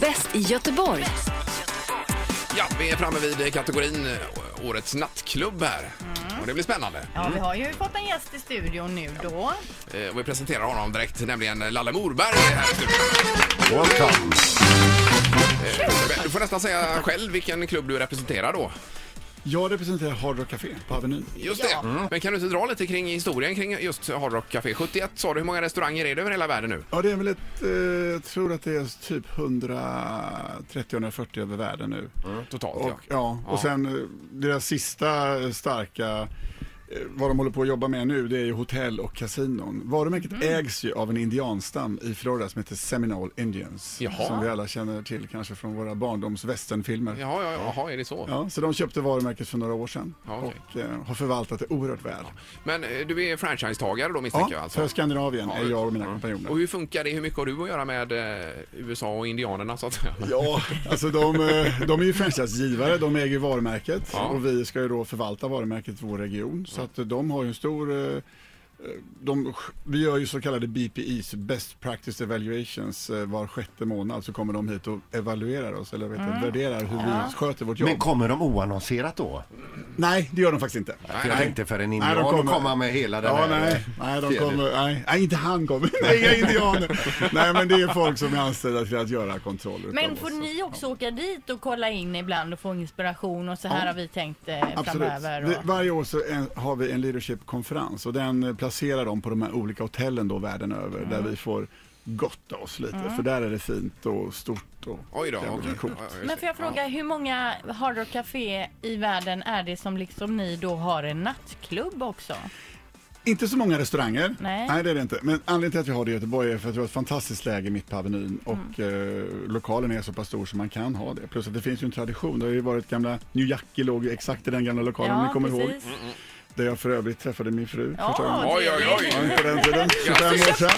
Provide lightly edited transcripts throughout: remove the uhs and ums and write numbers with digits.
Bäst i Göteborg. Ja, vi är framme vid kategorin Årets nattklubb här. Och det blir spännande. Ja, vi har ju fått en gäst i studion nu då. Och vi presenterar honom direkt, nämligen Lalle Morberg här i studion. Welcome. Du får nästan säga själv vilken klubb du representerar då. Jag representerar Hard Rock Café på Avenyn. Just det. Men kan du inte dra lite kring historien kring just Hard Rock Café? 71 sa du, hur många restauranger är det över hela världen nu? Ja, det är väl jag tror att det är typ 130-140 över världen nu. Totalt, Och sen deras sista starka, vad de håller på att jobba med nu, det är ju hotell och kasinon. Varumärket ägs ju av en indianstam i Florida som heter Seminole Indians. Jaha. Som vi alla känner till kanske från våra barndoms westernfilmer. Jaha, är det så? Ja, så de köpte varumärket för några år sedan Okej. och har förvaltat det oerhört väl. Men du är franchisetagare då, misstänker jag alltså? För Skandinavien är jag och mina kompanjoner. Och hur funkar det? Hur mycket har du att göra med USA och indianerna så att säga? Ja, alltså de är ju franchisegivare, de äger varumärket och vi ska ju då förvalta varumärket i vår region. Så att de har ju en stor... vi gör ju så kallade BPEs, Best Practice Evaluations, var 6:e månad så kommer de hit och evaluerar oss eller värderar hur vi sköter vårt jobb. Men kommer de oannonserat då? Nej, det gör de faktiskt inte. För jag tänkte för en indian de kommer, komma med hela den här... Nej, inte han kommer. Nej, inga indianer. Nej, men det är folk som är anställda till att göra kontroller. Men får ni också åka dit och kolla in ibland och få inspiration och så här har vi tänkt framöver? Och... Varje år så har vi en leadership-konferens och den placerar dem på de här olika hotellen då världen över där vi får gotta oss lite för där är det fint och stort och coolt. Men får jag fråga, hur många Hard Rock Café i världen är det som liksom ni då har en nattklubb också? Inte så många restauranger. Nej, det är det inte. Men anledningen till att vi har det i Göteborg är för att vi har ett fantastiskt läge mitt på Avenyn och lokalen är så pass stor som man kan ha det. Plus att det finns ju en tradition. Det har ju varit gamla New Jackie låg exakt i den gamla lokalen ni kommer ihåg. Där jag för övrigt träffade min fru första gången. Oj. På den tiden, 25 år sedan.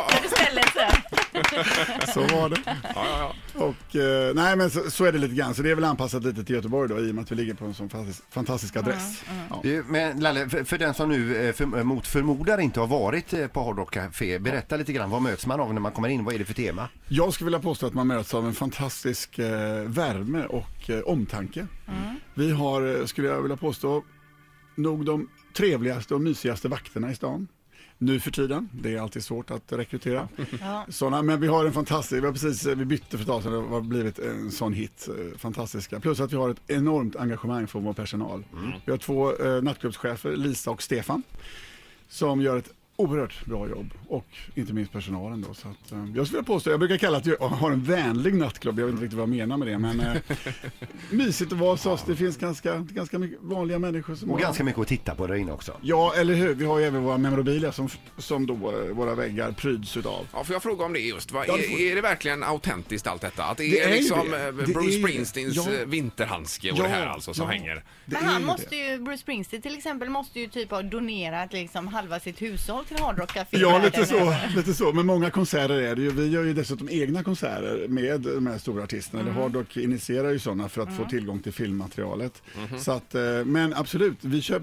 Så var det. Och nej, men så är det lite grann. Så det är väl anpassat lite till Göteborg då, i och med att vi ligger på en sån fantastisk adress. Men Lalle, för den som nu mot förmodar inte har varit på Hard Rock Café, berätta lite grann, vad möts man av när man kommer in? Vad är det för tema? Jag skulle vilja påstå att man möts av en fantastisk värme och omtanke. Vi har, skulle jag vilja påstå, nog de trevligaste och mysigaste vakterna i stan. Nu för tiden, det är alltid svårt att rekrytera sådana, men vi har en fantastisk, vi bytte för ett tag sedan, det har blivit en sån hit, fantastiska. Plus att vi har ett enormt engagemang från vår personal. Vi har 2 nattklubbschefer, Lisa och Stefan, som gör ett oerhört bra jobb och inte minst personalen då. Så att, jag skulle påstå, jag brukar kalla att jag har en vänlig nattklubb, jag vet inte riktigt vad jag menar med det, men mysigt att vara så oss. Det finns ganska mycket vanliga människor som och ganska mycket att titta på där inne också. Ja, eller hur? Vi har ju även våra memorabilia som då våra väggar pryds utav. Ja, får jag fråga om det just? Är det verkligen autentiskt allt detta? Att det är liksom Bruce Springsteens vinterhandske och det här alltså som hänger? Men han måste ju, Bruce Springsteen till exempel, måste ju typ ha donerat liksom halva sitt hushåll till Hard Rock Café. Ja, lite så. Men många konserter är det ju. Vi gör ju dessutom egna konserter med de här stora artisterna. Eller Hard Rock initierar ju sådana för att få tillgång till filmmaterialet. Så att, men absolut,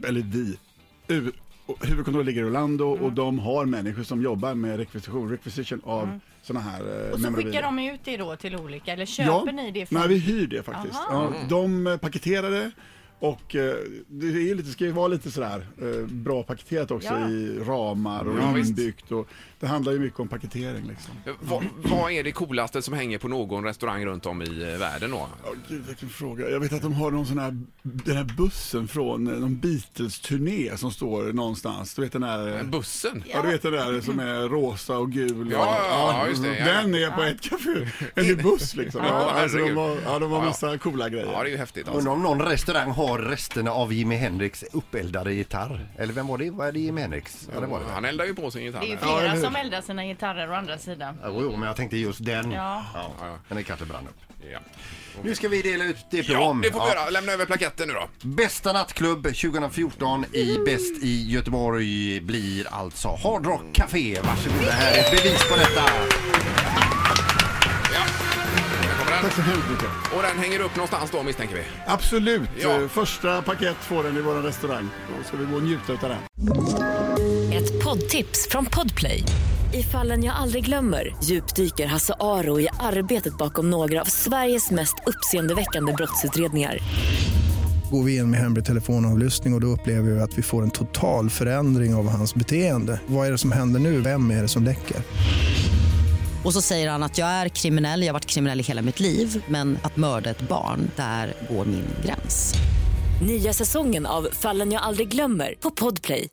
huvudkontoret ligger i Orlando och de har människor som jobbar med requisition av såna här och så skickar de ut det då till olika, eller köper ni det? Nej, vi hyr det faktiskt. Ja, de paketerar det. Och det är lite, ska ju vara lite sådär bra paketerat också i ramar och inbyggt och det handlar ju mycket om paketering liksom. Vad är det coolaste som hänger på någon restaurang runt om i världen då? Ja, gud, vilken fråga. Jag vet att de har någon sån här, den här bussen från någon Beatles-turné som står någonstans. Du vet den där... Bussen? Ja, du vet den där som är rosa och gul. Ja, just det. Den är på ett café. En buss liksom. De har massa coola grejer. Ja, det är ju häftigt alltså. Och om någon restaurang har resterna av Jimi Hendrix uppeldade gitarr. Eller vem var det? Vad är det Jimi Hendrix? Ja, det var det. Han eldar ju på sin gitarr. Det är ju flera som eldar sina gitarrer å andra sidan. Jo, men jag tänkte just den. Ja. Den är kanske brann upp. Ja. Nu ska vi dela ut det på Ja, det får vi göra. Lämna över plaketten nu då. Bästa nattklubb 2014 i Bäst i Göteborg blir alltså Hard Rock Café. Varsågod, det här är ett bevis på detta. Tack så hemskt mycket. Och den hänger upp någonstans då, misstänker vi? Absolut. Ja. Första paket får den i vår restaurang. Då ska vi gå och njuta av den. Ett poddtips från Podplay. I Fallen jag aldrig glömmer djupdyker Hasse Aro i arbetet bakom några av Sveriges mest uppseendeväckande brottsutredningar. Går vi in med hemlig telefonavlyssning och då upplever vi att vi får en total förändring av hans beteende. Vad är det som händer nu? Vem är det som läcker? Och så säger han att jag är kriminell, jag har varit kriminell i hela mitt liv. Men att mörda ett barn, där går min gräns. Nya säsongen av Fallen jag aldrig glömmer på Podplay.